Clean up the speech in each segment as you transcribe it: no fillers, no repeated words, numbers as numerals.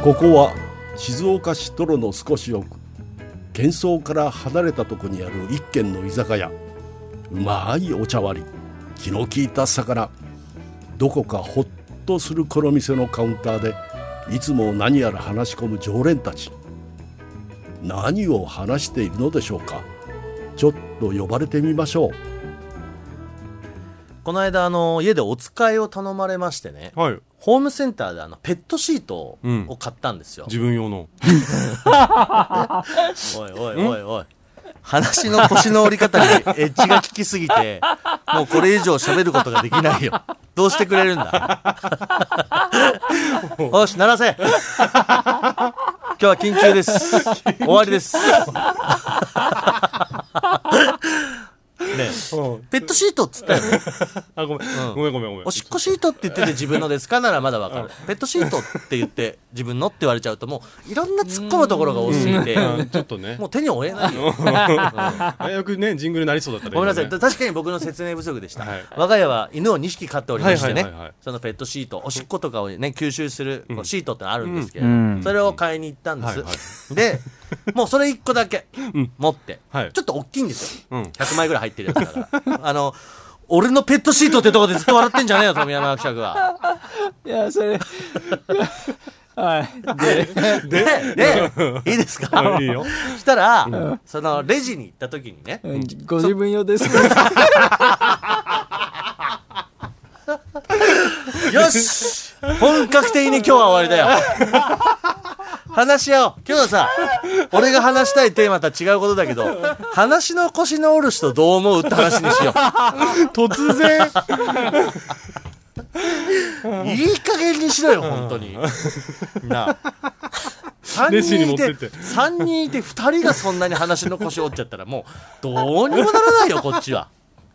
ここは静岡市泥の少し奥、喧騒から離れたとこにある一軒の居酒屋。うまいお茶割り、気の利いた魚、どこかほっとするこの店のカウンターでいつも何やら話し込む常連たち。何を話しているのでしょうか。ちょっと呼ばれてみましょう。 この間家でお使いを頼まれましてね、 はい、 ホームセンターでペットシートを買ったんですよ、 自分用のおいおいおいおい、話の腰の折り方にエッジが効きすぎてもうこれ以上喋ることができないよ。どうしてくれるんだ。よし鳴らせ。今日は緊急です。終わりです。ね、ペットシートっつったよね。 あ、ごめん、 おしっこシートって言ってて自分のですかならまだわかる。ペットシートって言って自分のって言われちゃうともういろんな突っ込むところが多すぎてちょっとね、 もう手に負えないよ。 早くねジングルなりそうだったら、 ごめんなさい、確かに僕の説明不足でした、 はい、 我が家は犬を2匹飼っておりましてね、そのペットシート、おしっことかをね吸収するシートってあるんですけど、それを買いに行ったんです、でもうそれ1個だけ持って、ちょっと大きいんですよ、100枚ぐらい入ってるやつだから俺のペットシートってとこでずっと笑ってんじゃねえよ富山伯爵は。 いやそれはいでいいですか。 いいよ。 したら、そのレジに行った時にね、 ご自分用ですか。 よし本格的に今日は終わりだよ。話し合おう。今日はさ、俺が話したいテーマとは違うことだけど、話の腰の折る人どう思うって話にしよう。 突然いい加減にしろよ本当になあ。3人いて2人がそんなに話の腰折っちゃったらもうどうにもならないよこっちは。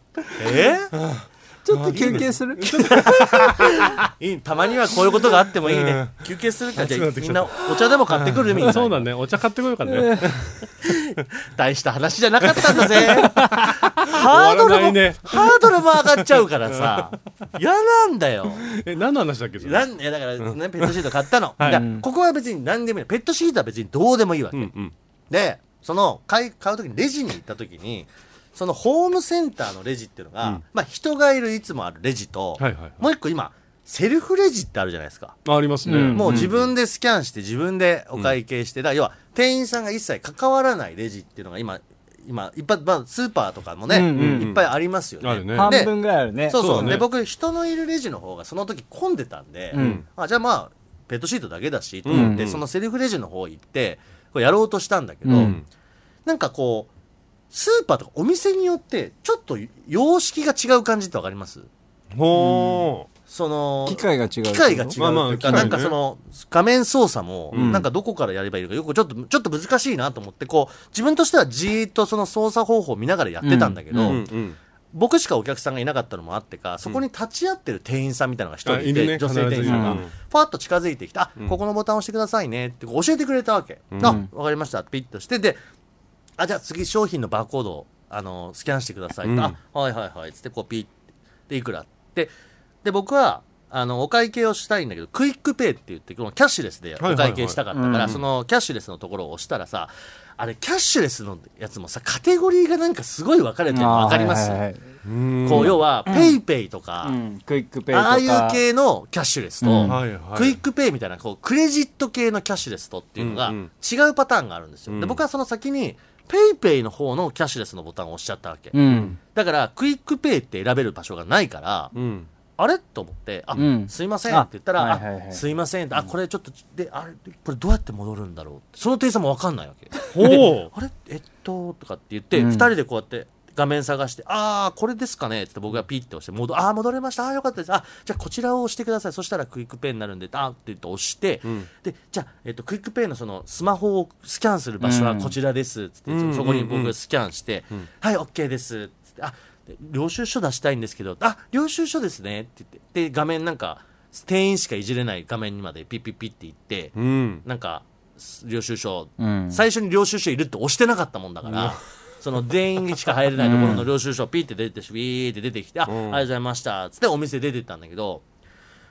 ちょっと休憩する。 いい、たまにはこういうことがあってもいいね。休憩するか。じゃあみんなお茶でも買ってくる。みんなそうだね、お茶買ってこようかね。 大した話じゃなかったんだぜ。ハードルも上がっちゃうからさ嫌なんだよ。 何の話だっけ。 だからね、ペットシート買ったの、ここは別に何でもいい。ペットシートは別にどうでもいいわけ、でその買う時にレジに行った時にそのホームセンターのレジっていうのが、人がいるいつもあるレジと、もう一個今セルフレジってあるじゃないですか。 ありますね、 もう自分でスキャンして自分でお会計して、だから要は店員さんが一切関わらないレジっていうのが今いっぱい、スーパーとかもね、いっぱいありますよね。 半分ぐらいあるね。 そうで僕人のいるレジの方がその時混んでたんで、じゃあまあペットシートだけだしと思って、そのセルフレジの方行ってこうやろうとしたんだけど、なんかこうスーパーとかお店によってちょっと様式が違う感じってわかります？その機械が違う。 なんかその画面操作もなんかどこからやればいいのかよくちょっと難しいなと思って、こう自分としてはじーっとその操作方法を見ながらやってたんだけど、僕しかお客さんがいなかったのもあってか、そこに立ち会ってる店員さんみたいなのが一人いて、女性店員さんがファッと近づいてきて、ここのボタンを押してくださいねって教えてくれたわけ。わかりましたピッとして、でじゃあ次商品のバーコードをスキャンしてください、はいつってこうピッでいくらってで僕はお会計をしたいんだけどクイックペイって言ってこのキャッシュレスでお会計したかったから、そのキャッシュレスのところを押したらさ、あれキャッシュレスのやつもさカテゴリーがなんかすごい分かれてるの分かります？こう要はペイペイとか、 クイックペイとかああいう系のキャッシュレスと、クイックペイみたいなこうクレジット系のキャッシュレスとっていうのが違うパターンがあるんですよ。で僕はその先にペイペイの方のキャッシュレスのボタンを押しちゃったわけ、だからクイックペイって選べる場所がないから、あれと思ってすいませんって言ったら、すいませんって、これちょっとでこれどうやって戻るんだろうってその店員さんも分かんないわけで、あれとかって言って、2人でこうやって画面探して、これですかねって僕がピッて押して戻れました、よかったです、じゃあこちらを押してください、そしたらクイックペイになるんでって言って押して、でじゃあ、クイックペイのそのスマホをスキャンする場所はこちらですって、そこに僕がスキャンして、はい OK ですって領収書出したいんですけど、領収書ですねって言って、で画面なんか店員しかいじれない画面にまでピッピッピッっていって、なんか領収書、最初に領収書いるって押してなかったもんだから、その全員しか入れないところの領収書ピッて出てビーって出てきて、ありがとうございましたつってお店出てったんだけど、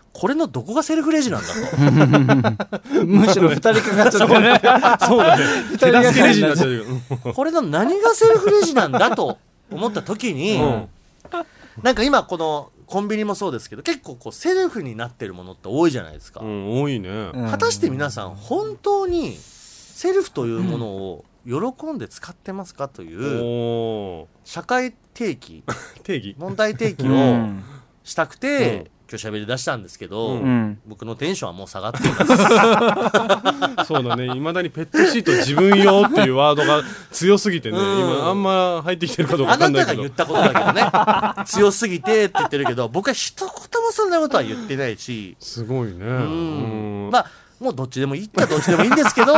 これのどこがセルフレジなんだとむしろ2人かかっちゃってねそうだね手助けレジになっちゃうよこれの何がセルフレジなんだと思った時に、なんか今このコンビニもそうですけど結構こうセルフになってるものって多いじゃないですか、 多いね、 果たして皆さん本当にセルフというものを喜んで使ってますかという社会定義問題提起をしたくて、今日喋り出したんですけど、僕のテンションはもう下がっていますそうだね、いまだにペットシート自分用っていうワードが強すぎてね、今あんま入ってきてるかどうか分かんないけど、 あなたが言ったことだけどね強すぎてって言ってるけど僕は一言もそんなことは言ってないし、 すごいね、 まあもうどっちでもいいってどっちでもいいんですけど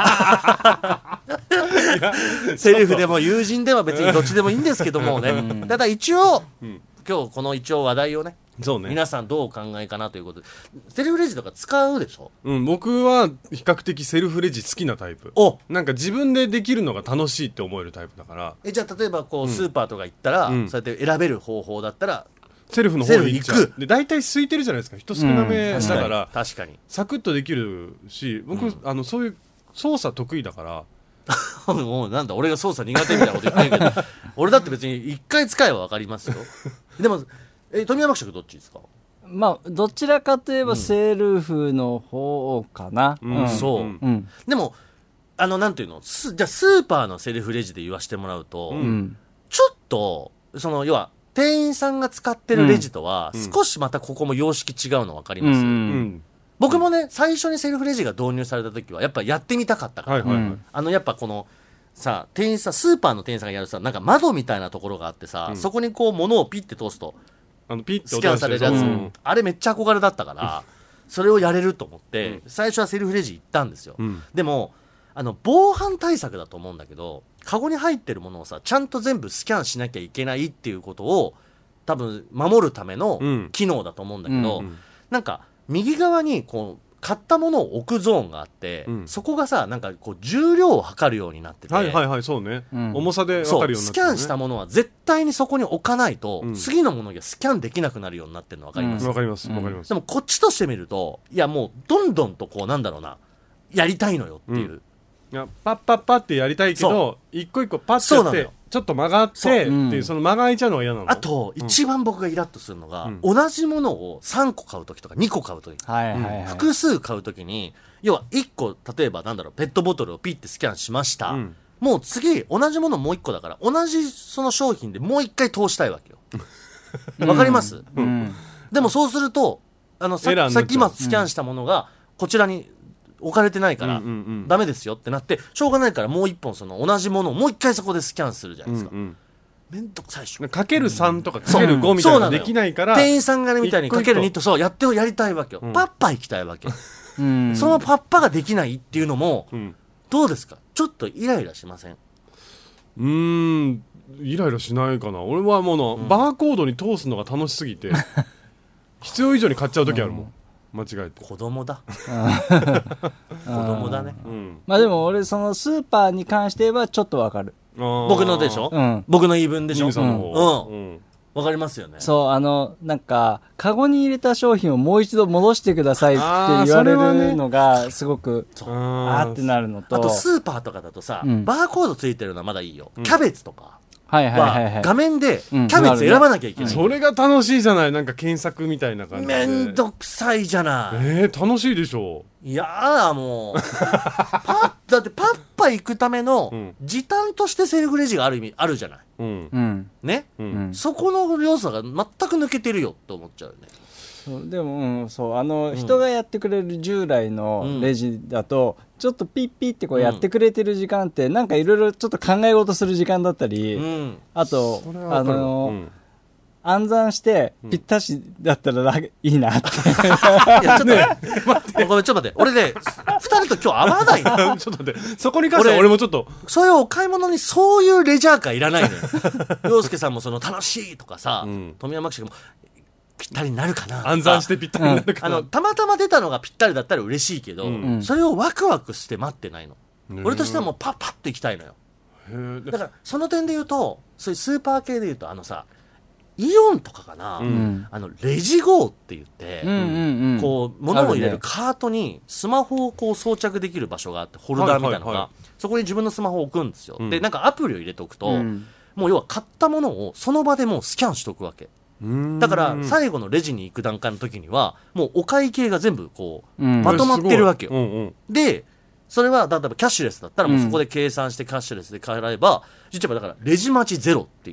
セルフでも友人でも別にどっちでもいいんですけどもね、ただ一応、今日この一応話題をね、 そうね、 皆さんどうお考えかなということで、セルフレジとか使うでしょ。 僕は比較的セルフレジ好きなタイプ。なんか自分でできるのが楽しいって思えるタイプだから。 じゃあ例えばこうスーパーとか行ったら、そうやって選べる方法だったらセルフの方に行っちゃう。で大体空いてるじゃないですか、人少なめだから、 確かにサクッとできるし、僕、そういう操作得意だからもうなんだ俺が操作苦手みたいなこと言ってるけど俺だって別に一回使えば分かりますよでも富山伯爵どっちですか？ まあどちらかといえばセルフの方かな、 そう、でもなんていうの、じゃあスーパーのセルフレジで言わせてもらうと、ちょっとその要は店員さんが使ってるレジとは少しまたここも様式違うの分かります？僕もね最初にセルフレジが導入された時はやっぱやってみたかったから、やっぱこのさ店員さんスーパーの店員さんがやるさなんか窓みたいなところがあってさ、そこにこう物をピッて通すとピッてスキャンされるやつ、あれめっちゃ憧れだったからそれをやれると思って、最初はセルフレジ行ったんですよ、でも防犯対策だと思うんだけどカゴに入ってるものをさちゃんと全部スキャンしなきゃいけないっていうことを多分守るための機能だと思うんだけど、なんか右側にこう買ったものを置くゾーンがあって、そこがさなんかこう重量を測るようになってて、 そうね、重さで分かるようになってる、ね、 スキャンしたものは絶対にそこに置かないと、次のものがスキャンできなくなるようになってるの分かります？ 分かります分かります。 でもこっちとしてみるといやもうどんどんとこうなんだろうなやりたいのよっていう、 いやパッパッパってやりたいけど一個一個パッてやってちょっと曲がってっていう、その間が空いちゃうのが嫌なの。 あと、一番僕がイラッとするのが、同じものを3個買うときとか2個買うとき、複数買うときに要は1個例えばなんだろうペットボトルをピッてスキャンしました、もう次同じものもう1個だから同じその商品でもう1回通したいわけよわかります？でもそうするとさっき今スキャンしたものがこちらに置かれてないからダメですよってなってしょうがないからもう一本その同じものをもう一回そこでスキャンするじゃないですか、めんどくさいでしょ。 かける3とかかける5みたいなのできないから、 店員さんがねみたいにかける2とそうやりたいわけよ、パッパ行きたいわけよ、そのパッパができないっていうのも、どうですか？ちょっとイライラしません？ イライラしないかな。俺はもうバーコードに通すのが楽しすぎて必要以上に買っちゃう時あるもん、間違えて。 子供だ子供だね、 まあでも俺そのスーパーに関してはちょっとわかる。 僕のでしょ、僕の言い分でしょ、わかりますよね。 そうなんかカゴに入れた商品をもう一度戻してくださいって言われるのがすごくあーってなるのと、 あとスーパーとかだとさ、バーコードついてるのはまだいいよ、キャベツとかは画面でキャベツ選ばなきゃいけない、 それが楽しいじゃない。なんか検索みたいな感じでめんどくさいじゃない。 楽しいでしょ。 いやだもうだってパッパ行くための時短としてセルフレジがある意味あるじゃない、ね、そこの要素が全く抜けてるよって思っちゃうよね。 でも、人がやってくれる従来のレジだと、ちょっとピッピッってこうやってくれてる時間って、なんかいろいろちょっと考え事する時間だったり、あと暗算してぴったしだったらいいなって、 いやちょっと待ってごめんちょっと待って俺ね2人と今日合わないのちょっと待ってそこに関しては俺もちょっとそういうお買い物にそういうレジャー感いらないのよ陽介さんもその楽しいとかさ、富山記者もぴったりになるかな暗算してぴったりになるかな、 たまたま出たのがぴったりだったら嬉しいけど、それをワクワクして待ってないの、俺としてはもうパッパッと行きたいのよ。だからその点で言うとそういうスーパー系で言うとさイオンとかかな、レジ号って言って、こう物を入れるカートにスマホをこう装着できる場所があって、ホルダーみたいなのが、そこに自分のスマホを置くんですよ。でなんかアプリを入れておくと、もう要は買ったものをその場でもうスキャンしておくわけだから、最後のレジに行く段階の時にはもうお会計が全部こう、まとまってるわけよ。でそれは例えばキャッシュレスだったらもうそこで計算してキャッシュレスで買えば、実はだからレジ待ちゼロっていう、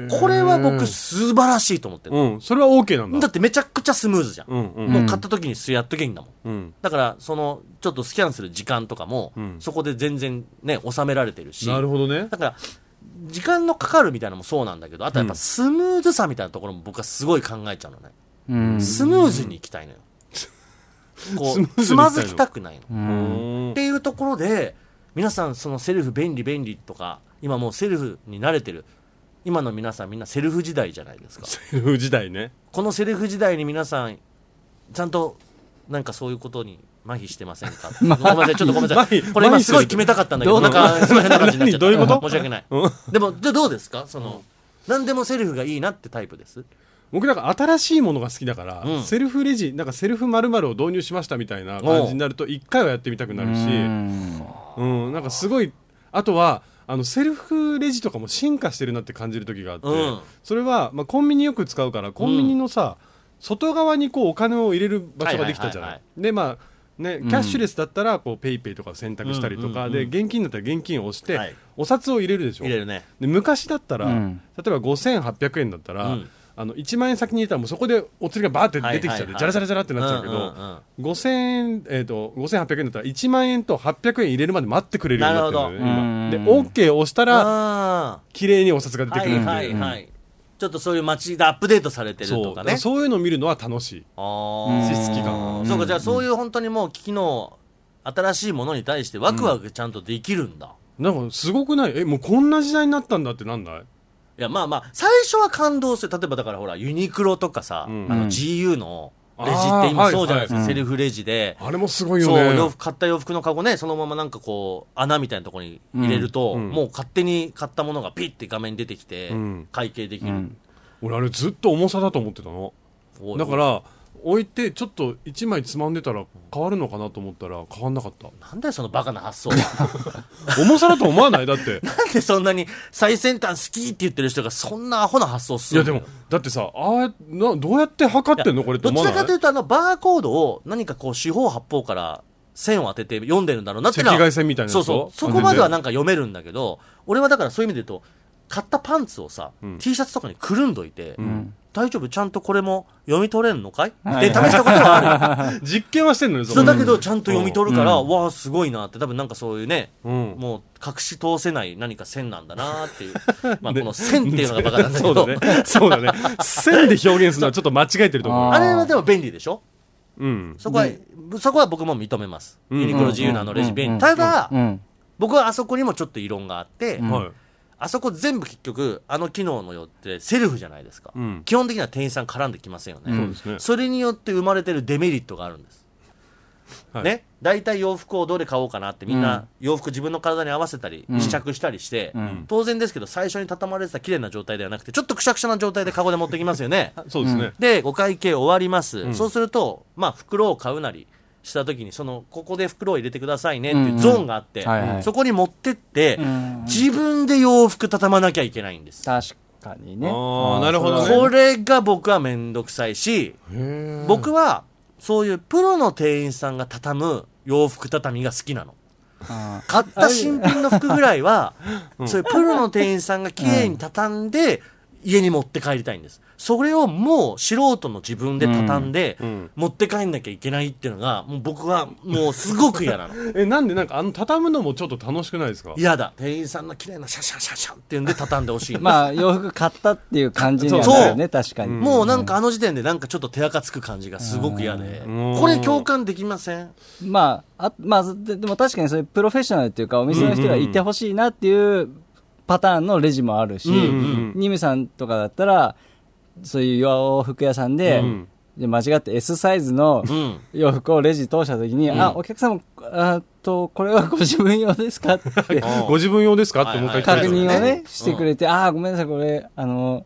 これは僕素晴らしいと思ってる、 それは OK なんだ。 だってめちゃくちゃスムーズじゃん、もう買った時にやっとけばいいんだもん、だからそのちょっとスキャンする時間とかも、そこで全然ね収められてるし。 なるほどね。 だから時間のかかるみたいなのもそうなんだけど、あとやっぱスムーズさみたいなところも僕はすごい考えちゃうのね、スムーズに行きたいのよこうつまずきたくないの、っていうところで皆さんそのセルフ便利とか、今もうセルフに慣れてる今の皆さんみんなセルフ時代じゃないですか。 セルフ時代ね。 このセルフ時代に皆さんちゃんとなんかそういうことに麻痺してませんか。ごめんなさい、ちょっとごめんなさい、これ今すごい決めたかったんだけど、なんかすごい変な感じになっちゃった。 どういうこと？ 申し訳ないでもどうですか、その何でもセルフがいいなってタイプです？ 僕なんか新しいものが好きだから、セルフレジなんかセルフ〇〇を導入しましたみたいな感じになると1回はやってみたくなるし、なんかすごい。あとはセルフレジとかも進化してるなって感じる時があって、それは、コンビニよく使うからコンビニのさ、外側にこうお金を入れる場所ができたじゃない。でキャッシュレスだったらこうペイペイとか選択したりとかで、現金だったら現金を押して、お札を入れるでしょ。 入れるね。 で昔だったら、例えば5800円だったら、1万円先に入れたらもうそこでお釣りがバーって出てきちゃって、ジャラジャラジャラってなっちゃうけど、5800円だったら1万円と800円入れるまで待ってくれるようになってるのね、今で OK を押したら綺麗にお札が出てくるっていう、 ちょっとそういう街がアップデートされてるとかね。 そういうのを見るのは楽しい。実機感。 そうか、じゃあそういう本当にもう機能、新しいものに対してワクワクちゃんとできるんだ。 なんかすごくない？もうこんな時代になったんだってなんだい？ いや最初は感動する。例えばだからほらユニクロとかさ、GU のレジって今そうじゃないですか、セルフレジで。あれもすごいよね。 そう、買った洋服のカゴね、そのままなんかこう穴みたいなところに入れると、もう勝手に買ったものがピッて画面に出てきて、会計できる。 俺あれずっと重さだと思ってたの。だから置いてちょっと1枚つまんでたら変わるのかなと思ったら変わんなかった。 なんだよそのバカな発想重さだと思わない？だってなんでそんなに最先端好きって言ってる人がそんなアホな発想するの？ いやでもだってさ、どうやって測ってんのこれって思わない？ どちらかというとバーコードを何かこう四方八方から線を当てて読んでるんだろうなってのは、 赤外線みたいなやつ。 そこまではなんか読めるんだけど、俺はだからそういう意味で言うと買ったパンツをさ、T シャツとかにくるんどいて、大丈夫ちゃんとこれも読み取れるのかいって試したことはある実験はしてんのよ。 そうだけどちゃんと読み取るから、わあすごいなって。多分なんかそういうね、もう隠し通せない何か線なんだなっていうこの線っていうのがバカなんだけどそうだね線で表現するのはちょっと間違えてると思う。 あれはでも便利でしょ。そこは僕も認めます。ユニクロ自由なレジ便利。ただ僕はあそこにもちょっと異論があって、あそこ全部結局機能によってセルフじゃないですか、基本的には店員さん絡んできませんよね、それによって生まれてるデメリットがあるんです、ね。大体洋服をどれ買おうかなってみんな洋服自分の体に合わせたり試着したりして、当然ですけど最初に畳まれてた綺麗な状態ではなくてちょっとくしゃくしゃな状態でカゴで持ってきますよねそうですね。 でお会計終わります、そうすると袋を買うなりした時にここで袋を入れてくださいねっていうゾーンがあって、そこに持ってって、自分で洋服畳まなきゃいけないんです。 確かにね。 なるほどね。 これが僕はめんどくさいし、僕はそういうプロの店員さんが畳む洋服畳が好きなの。買った新品の服ぐらいはそういうプロの店員さんが綺麗に畳んで家に持って帰りたいんです。それをもう素人の自分で畳んで持って帰んなきゃいけないっていうのがもう僕はもうすごく嫌なのなんでなんか畳むのもちょっと楽しくないですか？ 嫌だ。店員さんの綺麗なシャシャシャシャっていうんで畳んでほしい洋服買ったっていう感じにはなるね。確かにもうなんか時点でなんかちょっと手垢つく感じがすごく嫌で、これ共感できません？ でも確かにそういうプロフェッショナルっていうかお店の人がいてほしいなっていうパターンのレジもあるし、ニムさんとかだったらそういう洋服屋さんで、間違って S サイズの洋服をレジ通した時に、お客様これはご自分用ですかってご自分用ですかってもう一回確認をねしてくれて、ごめんなさいこれ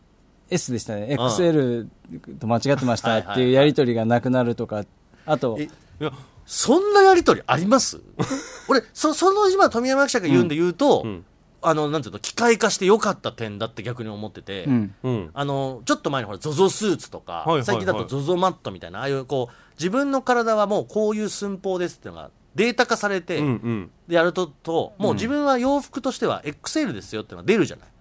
S でしたね、XL と間違ってましたっていうやり取りがなくなるとか、あといやそんなやり取りあります俺その今富山記者が言うんで言うと、なんていうの、機械化してよかった点だって逆に思ってて、ちょっと前にほら ZOZO スーツとか、最近だと ZOZO マットみたいな、ああいうこう自分の体はもうこういう寸法ですっていうのがデータ化されて、やるともう自分は洋服としては XL ですよっていうのが出るじゃない。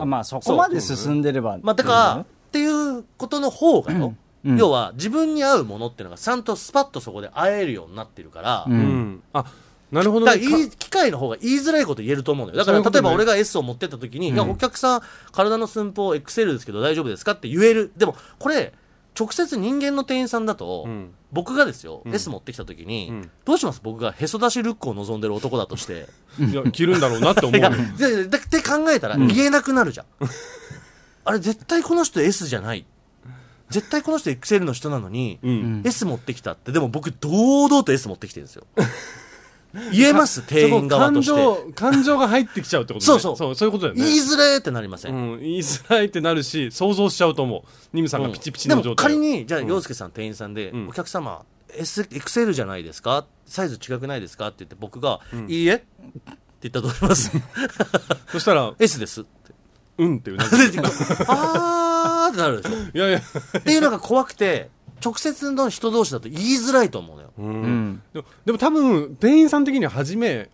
まあそこまで進んでれば、 だからっていうことの方がよ、要は自分に合うものっていうのがちゃんとスパッとそこで会えるようになってるから、 なるほど、 だから機械の方が言いづらいこと言えると思うのよ。だから例えば俺が S を持ってった時に、いやお客さん体の寸法 XL ですけど大丈夫ですかって言える。でもこれ直接人間の店員さんだと、僕がですよ、S 持ってきた時に、どうします？僕がへそ出しルックを望んでる男だとしていや着るんだろうなって思うよって考えたら言えなくなるじゃん、あれ絶対この人 S じゃない、絶対この人 XL の人なのに、S 持ってきたって。でも僕堂々と S 持ってきてるんですよ言えます店員側として感情が入ってきちゃうってことね。そういうことだよね。 言いづらいってなりません、 言いづらいってなるし想像しちゃうと思う。ニムさんがピチピチの状態、 でも仮にじゃあ陽介さん店員さんで、お客様 XL じゃないですか、サイズ違くないですかって言って僕が、いいえって言ったらどうしますそしたら S ですってっていうあーってなるでしょ。 いやいやっていうのが怖くて直接の人同士だと言いづらいと思うのよ。 でも多分店員さん的には初め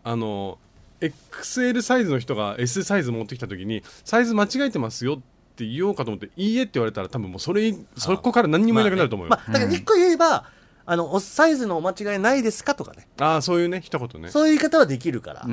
XL サイズの人が S サイズ持ってきた時にサイズ間違えてますよって言おうかと思っていいえって言われたら多分もうそこから何にも言えなくなると思うよ。 だから一個言えば、サイズのお間違いないですかとかね、 そういうね一言ね、 そういう言い方はできるから、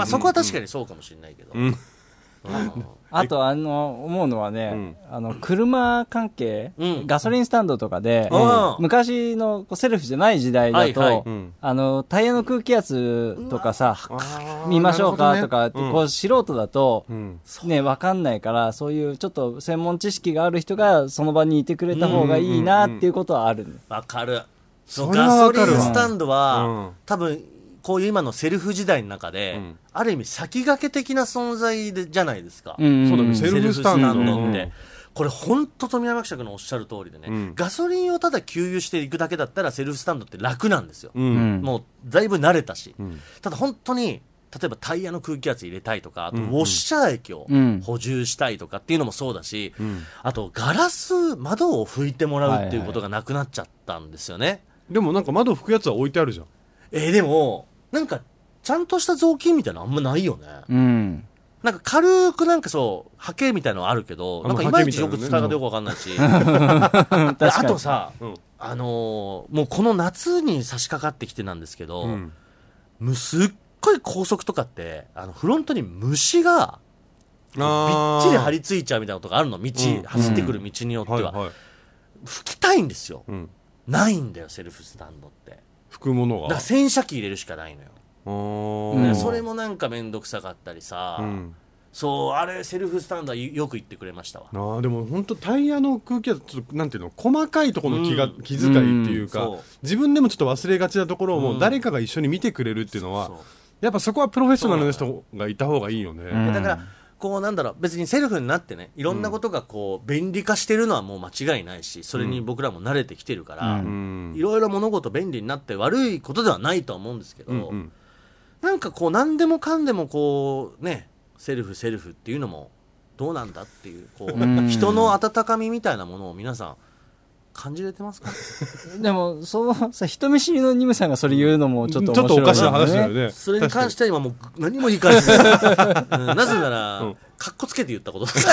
そこは確かにそうかもしれないけど、 あと思うのはね、車関係、ガソリンスタンドとかで、昔のセルフじゃない時代だと、タイヤの空気圧とかさ見ましょうかとかって、こう素人だとね分かんないから、そういうちょっと専門知識がある人がその場にいてくれた方がいいなっていうことはある。 わかる。ガソリンスタンドは、多分こういう今のセルフ時代の中で、ある意味先駆け的な存在じゃないですか、 そうだね、セルフスタンドって、これ本当富山記者のおっしゃる通りでね、ガソリンをただ給油していくだけだったらセルフスタンドって楽なんですよ、もうだいぶ慣れたし、ただ本当に例えばタイヤの空気圧入れたいとか、あとウォッシャー液を補充したいとかっていうのもそうだし、あとガラス窓を拭いてもらうっていうことがなくなっちゃったんですよね。 でもなんか窓拭くやつは置いてあるじゃん。 でもなんかちゃんとした雑巾みたいなのあんまないよね、なんか軽くなんかそうハケみたいなのあるけど、なんかいまいちよく使い方よく分かんないし、あとさ、もうこの夏に差し掛かってきてなんですけど、すっごい高速とかってフロントに虫がびっちり張り付いちゃうみたいなことがあるの。走ってくる道によっては、拭きたいんですよ、ないんだよセルフスタンドって。 拭くものがだから洗車機入れるしかないのよ。それもなんか面倒くさかったりさ、そうあれセルフスタンドはよく言ってくれましたわ。 でも本当タイヤの空気圧ちょっとなんていうの、細かいところの気遣いっていうか、自分でもちょっと忘れがちなところをもう誰かが一緒に見てくれるっていうのは、やっぱそこはプロフェッショナルの人がいた方がいいよね。 だからこうなんだろう、別にセルフになってねいろんなことがこう便利化してるのはもう間違いないし、それに僕らも慣れてきてるから、いろいろ物事便利になって悪いことではないとは思うんですけど、なんかこう何でもかんでもこうねセルフっていうのもどうなんだっていう、こう人の温かみみたいなものを皆さん感じれてますかでもさ人見知りのニムさんがそれ言うのもちょっと面白い、 おかしな話だよね。 それに関しては今もう何も言い返せない、なぜなら、かっこつけて言ったことです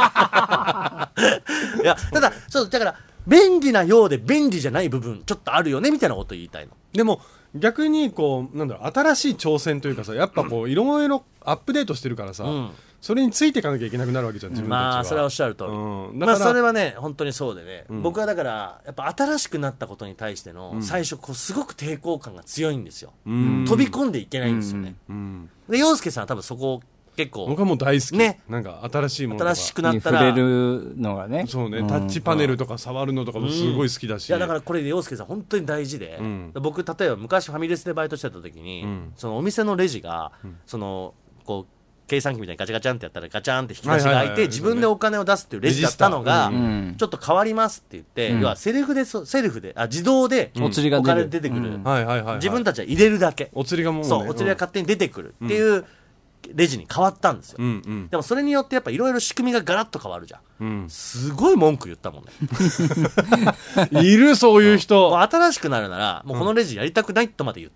いやただそうだから便利なようで便利じゃない部分ちょっとあるよねみたいなことを言いたいの。 でも逆にこうなんだろう、新しい挑戦というかさ、やっぱこういろいろアップデートしてるからさ、それについていかなきゃいけなくなるわけじゃん、自分たちは。 まあそれはおっしゃる通り、それはね本当にそうでね、僕はだからやっぱ新しくなったことに対しての最初こうすごく抵抗感が強いんですよ、飛び込んでいけないんですよね、で陽介さんは多分そこ結構僕はもう大好きね、 なんか新しいものとか新しくなったら触れるのがね、 そうね、タッチパネルとか触るのとかもすごい好きだし、 いやだからこれで陽介さん本当に大事で、僕例えば昔ファミレスでバイトしてた時に、そのお店のレジが、そのこう計算機みたいにガチャガチャンってやったらガチャンって引き出しが開いて自分でお金を出すっていうレジだったのがちょっと変わりますって言って、要はセルフで自動でお金出てくる、自分たちは入れるだけ、 お釣りがもうね、 そうお釣りが勝手に出てくるっていうレジに変わったんですよ、でもそれによってやっぱいろいろ仕組みがガラッと変わるじゃん、すごい文句言ったもんねいるそういう人、 もう新しくなるならもうこのレジやりたくないとまで言った、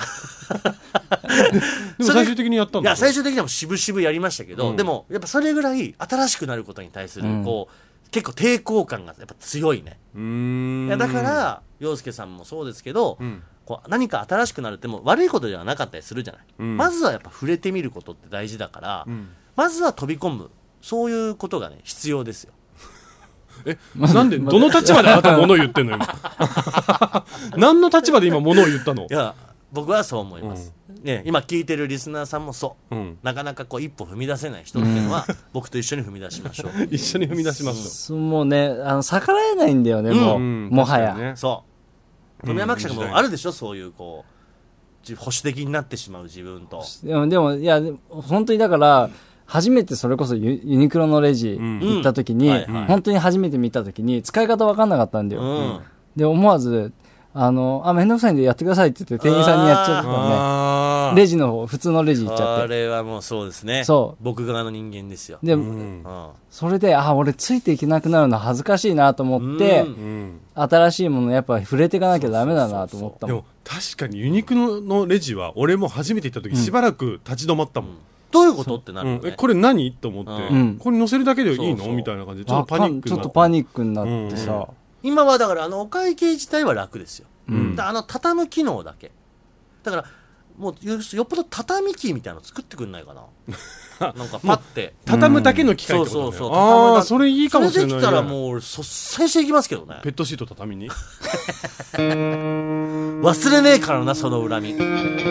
でも最終的にやったんだ。 いや最終的には渋々やりましたけど、でもやっぱそれぐらい新しくなることに対するこう、結構抵抗感がやっぱ強いね。いやだから陽介さんもそうですけど、こう何か新しくなるっても悪いことではなかったりするじゃない、まずはやっぱ触れてみることって大事だから、まずは飛び込む、そういうことがね必要ですよ。 なんでどの立場であなた物を言ってんの今何の立場で今物を言ったの？ いや僕はそう思います、ね、今聞いてるリスナーさんもそう、なかなかこう一歩踏み出せない人っていうのは、僕と一緒に踏み出しましょう一緒に踏み出しましょう。 もうね逆らえないんだよね、もはや、 ね、 そう富山記者もあるでしょ、そういうこう保守的になってしまう自分と。 でもいや本当にだから初めてそれこそユニクロのレジ行った時に、本当に初めて見た時に使い方分かんなかったんだよ、で思わずめんどくさいんでやってくださいって言って店員さんにやっちゃったね。レジの方普通のレジ行っちゃって、 あれはもうそうですね、 そう僕側の人間ですよ。 で、それで俺ついていけなくなるの恥ずかしいなと思って、新しいものやっぱ触れていかなきゃダメだなと思ったもん。 でも確かにユニクロのレジは俺も初めて行った時しばらく立ち止まったもん、 どういうことってなるよね、 これ何と思って、これ乗せるだけでいいのみたいな感じでちょっとパニックになってさ、 今はだからお会計自体は楽ですよ、畳む機能だけだから、もうよっぽど畳機みたいなの作ってくんないかななんかパッて畳むだけの機械ってことね。 そうああそれいいかもしれない、ね、 それできたらもう俺率先していきますけどね。 ペットシート畳に忘れねえからなその恨み。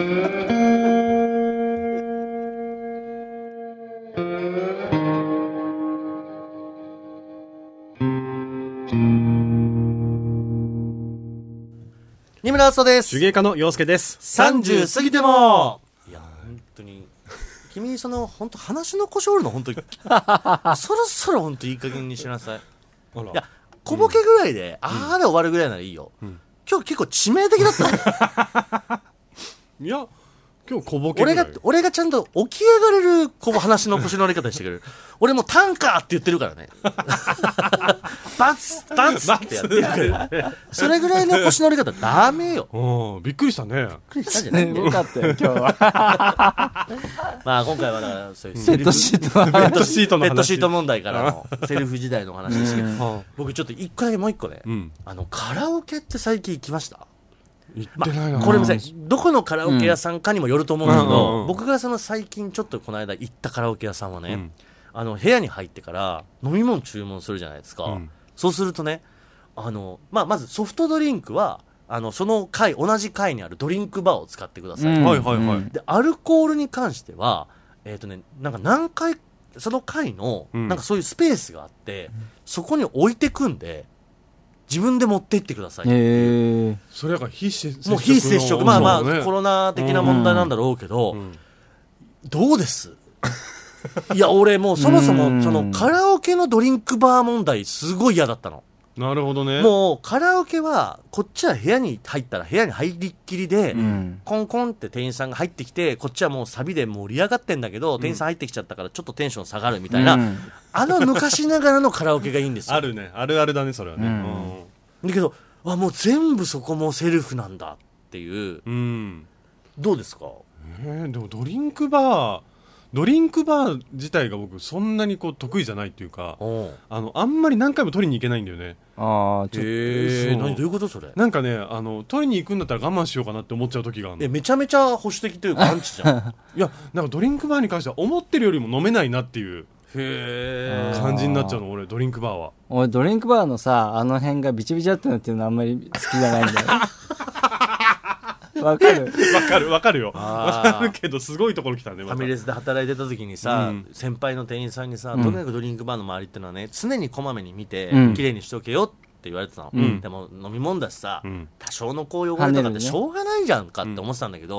二村敦です。 手芸家の陽介です。 30過ぎても、いや本当に君本当話の腰折るの本当にそろそろ本当いい加減にしなさい。いや小ボケぐらいで、あれ終わるぐらいならいいよ、今日結構致命的だったいや今日小ボケぐらい俺がちゃんと起き上がれる話の腰の折り方してくれる俺もタンカーって言ってるからねバツってやってるからそれぐらいの腰の折り方ダメよ。 びっくりしたね。 びっくりしたじゃないよかったよ今日はまあ今回はだからそういうペットシートペットシート問題からのセルフ時代の話ですけど僕ちょっともう一個ね、カラオケって最近行きました？ 行ってないな、 これもどこのカラオケ屋さんかにもよると思うんだけど、僕が最近ちょっとこの間行ったカラオケ屋さんはね、部屋に入ってから飲み物注文するじゃないですか、そうするとねまずソフトドリンクはその同じ階にあるドリンクバーを使ってください、でアルコールに関してはなんか何回その階のなんかそういうスペースがあって、そこに置いてくんで自分で持って行ってくださいっていう、 それが非接触、 もう非接触、まあコロナ的な問題なんだろうけど、どうですいや俺もうそもそもそのカラオケのドリンクバー問題すごい嫌だったの。 なるほどね。 もうカラオケはこっちは部屋に入ったら部屋に入りっきりで、コンコンって店員さんが入ってきて、こっちはもうサビで盛り上がってんだけど、店員さん入ってきちゃったからちょっとテンション下がるみたいな、昔ながらのカラオケがいいんですよ。 あるね、あるあるだねそれはね、 だけどもう全部そこもセルフなんだっていう、どうですか？ でもドリンクバー自体が僕そんなに得意じゃないっていうか、あんまり何回も取りに行けないんだよね。 ちょっとどういうことそれ？ なんかね取りに行くんだったら我慢しようかなって思っちゃう時があるの。 めちゃめちゃ保守的というかアンチじゃんいやなんかドリンクバーに関しては思ってるよりも飲めないなっていう感じになっちゃうの俺ドリンクバーは。 俺ドリンクバーのさ辺がビチビチだったのっていうのはあんまり好きじゃないんだよわかるよわかるけどすごいところ来たね。 ファミレスで働いてた時にさ、先輩の店員さんにさ、とにかくドリンクバーの周りってのはね常にこまめに見て、綺麗にしとけよって言われてたの、でも飲み物だしさ、多少のこう汚れとかってしょうがないじゃんかって思ってたんだけど、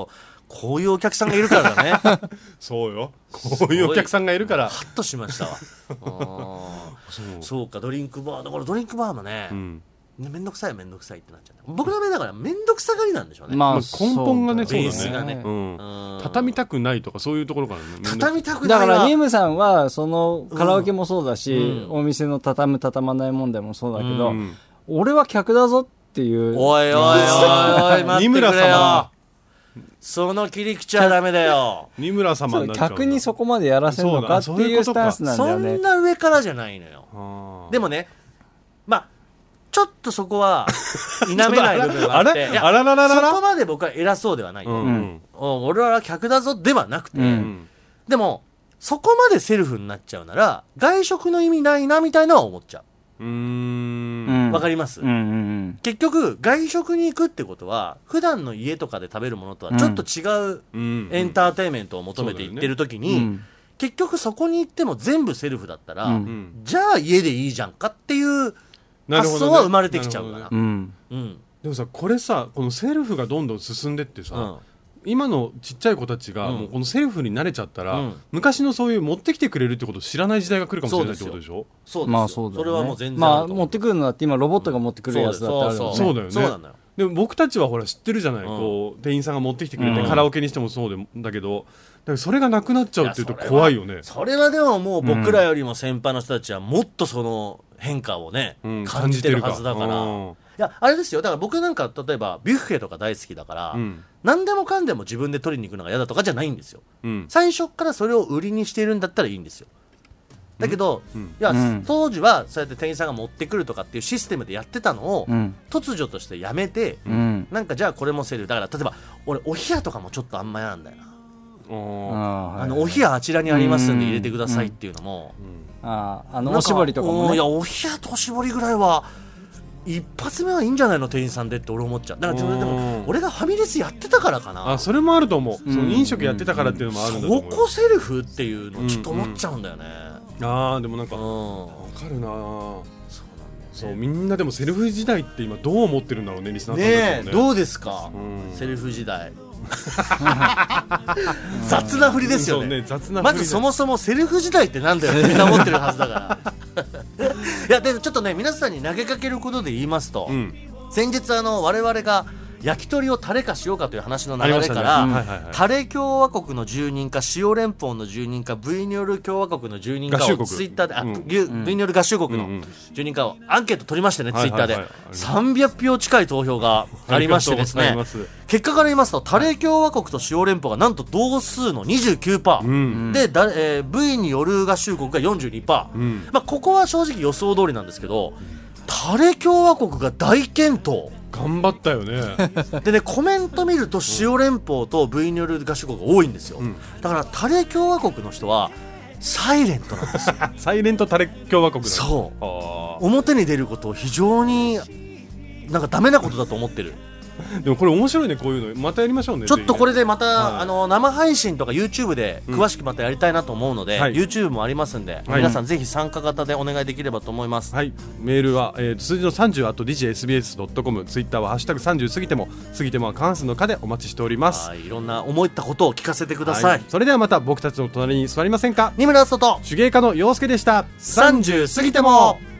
こういうお客さんがいるからだねそうよ、こういうお客さんがいるからハッとしましたわそうか、ドリンクバーだからドリンクバーもね、めんどくさいってなっちゃった僕の目だからめんどくさがりなんでしょうね、 まあ、根本がね、そうベースだがね、 畳みたくないとかそういうところからね、 畳みたくないだからニムさんはそのカラオケもそうだし、お店の畳む畳まない問題もそうだけど、俺は客だぞっていう、 おいおいおいおい待ってくれよ、 二村様その切り口はダメだよ二村様になっちゃう、 客にそこまでやらせるのかっていうスタンスなんだよね。 そんな上からじゃないのよ。でもね、まあちょっとそこは否めない部分があって、 あららららら、 そこまで僕は偉そうではないよ、俺は客だぞではなくて、でもそこまでセルフになっちゃうなら外食の意味ないなみたいなのは思っちゃう。わかります、結局外食に行くってことは普段の家とかで食べるものとはちょっと違うエンターテインメントを求めて行ってる時に、結局そこに行っても全部セルフだったら、じゃあ家でいいじゃんかっていう発想は生まれてきちゃうから、 でもさ、これさ、このセルフがどんどん進んでってさ、今のちっちゃい子たちがもうこのセルフに慣れちゃったら、昔のそういう持ってきてくれるってことを知らない時代が来るかもしれないってことでしょ。 そうですよ、そうだよね、それはもう全然まあ持ってくるのだって今ロボットが持ってくるやつだってあるよね。 そうだよね。でも僕たちはほら知ってるじゃない、こう店員さんが持ってきてくれて、カラオケにしてもそうだけど、だからそれがなくなっちゃうっていうと怖いよね。 それはでももう僕らよりも先輩の人たちはもっとその変化をね、感じてるはずだから。いやあれですよ、だから僕なんか例えばビュッフェとか大好きだから、何でもかんでも自分で取りに行くのが嫌だとかじゃないんですよ、最初からそれを売りにしているんだったらいいんですよ。だけど、いや当時はそうやって店員さんが持ってくるとかっていうシステムでやってたのを、突如としてやめて、なんかじゃあこれもセルフだから、例えば俺お冷やとかもちょっとあんま嫌なんだよな。お冷やあちらにありますんで入れてくださいっていうのも、 おしぼりとかもね、 いやお冷やとおしぼりぐらいは一発目はいいんじゃないの店員さんでって俺思っちゃう。だからでも俺がファミレスやってたからかな。 それもあると思う、その飲食やってたからっていうのもあるんだと思う。 そこセルフっていうのちょっと思っちゃうんだよね。 でもなんか分かるな。そうみんなでもセルフ時代って今どう思ってるんだろうね、リスナーさんたちもね。 どうですか、セルフ時代雑な振りですよね。まずそもそもセルフ時代ってなんだよってみんな思ってるはずだからいやでもちょっとね、皆さんに投げかけることで言いますと、先日我々が焼き鳥をタレ化しようかという話の流れから、タレ共和国の住人か塩連邦の住人かブイニョル共和国の住人かをツイッターで、ブイニョル合衆国の住人かをアンケート取りましてね、ツイッターで300票近い投票がありましてですね、結果から言いますとタレ共和国と塩連邦がなんと同数の 29%、でブイによる合衆国が 42%、ここは正直予想通りなんですけど、タレ共和国が大健闘頑張ったよねでね、コメント見ると塩連邦とブイニョル合衆国が多いんですよ、だからタレ共和国の人はサイレントなんですよサイレントタレ共和国だ。 そう表に出ることを非常になんかダメなことだと思ってるでもこれ面白いね、こういうのまたやりましょうね。 ちょっとこれでまた、生配信とか YouTube で詳しくまたやりたいなと思うので、YouTube もありますんで、皆さんぜひ参加型でお願いできればと思います。 メールは、数字の30 @digsbs.com、 ツイッターはハッシュタグ30過ぎても過ぎてもは関数の課でお待ちしております。 いろんな思ったことを聞かせてください。 それではまた僕たちの隣に座りませんか。 二村敦人と手芸家の陽介でした。 30過ぎても。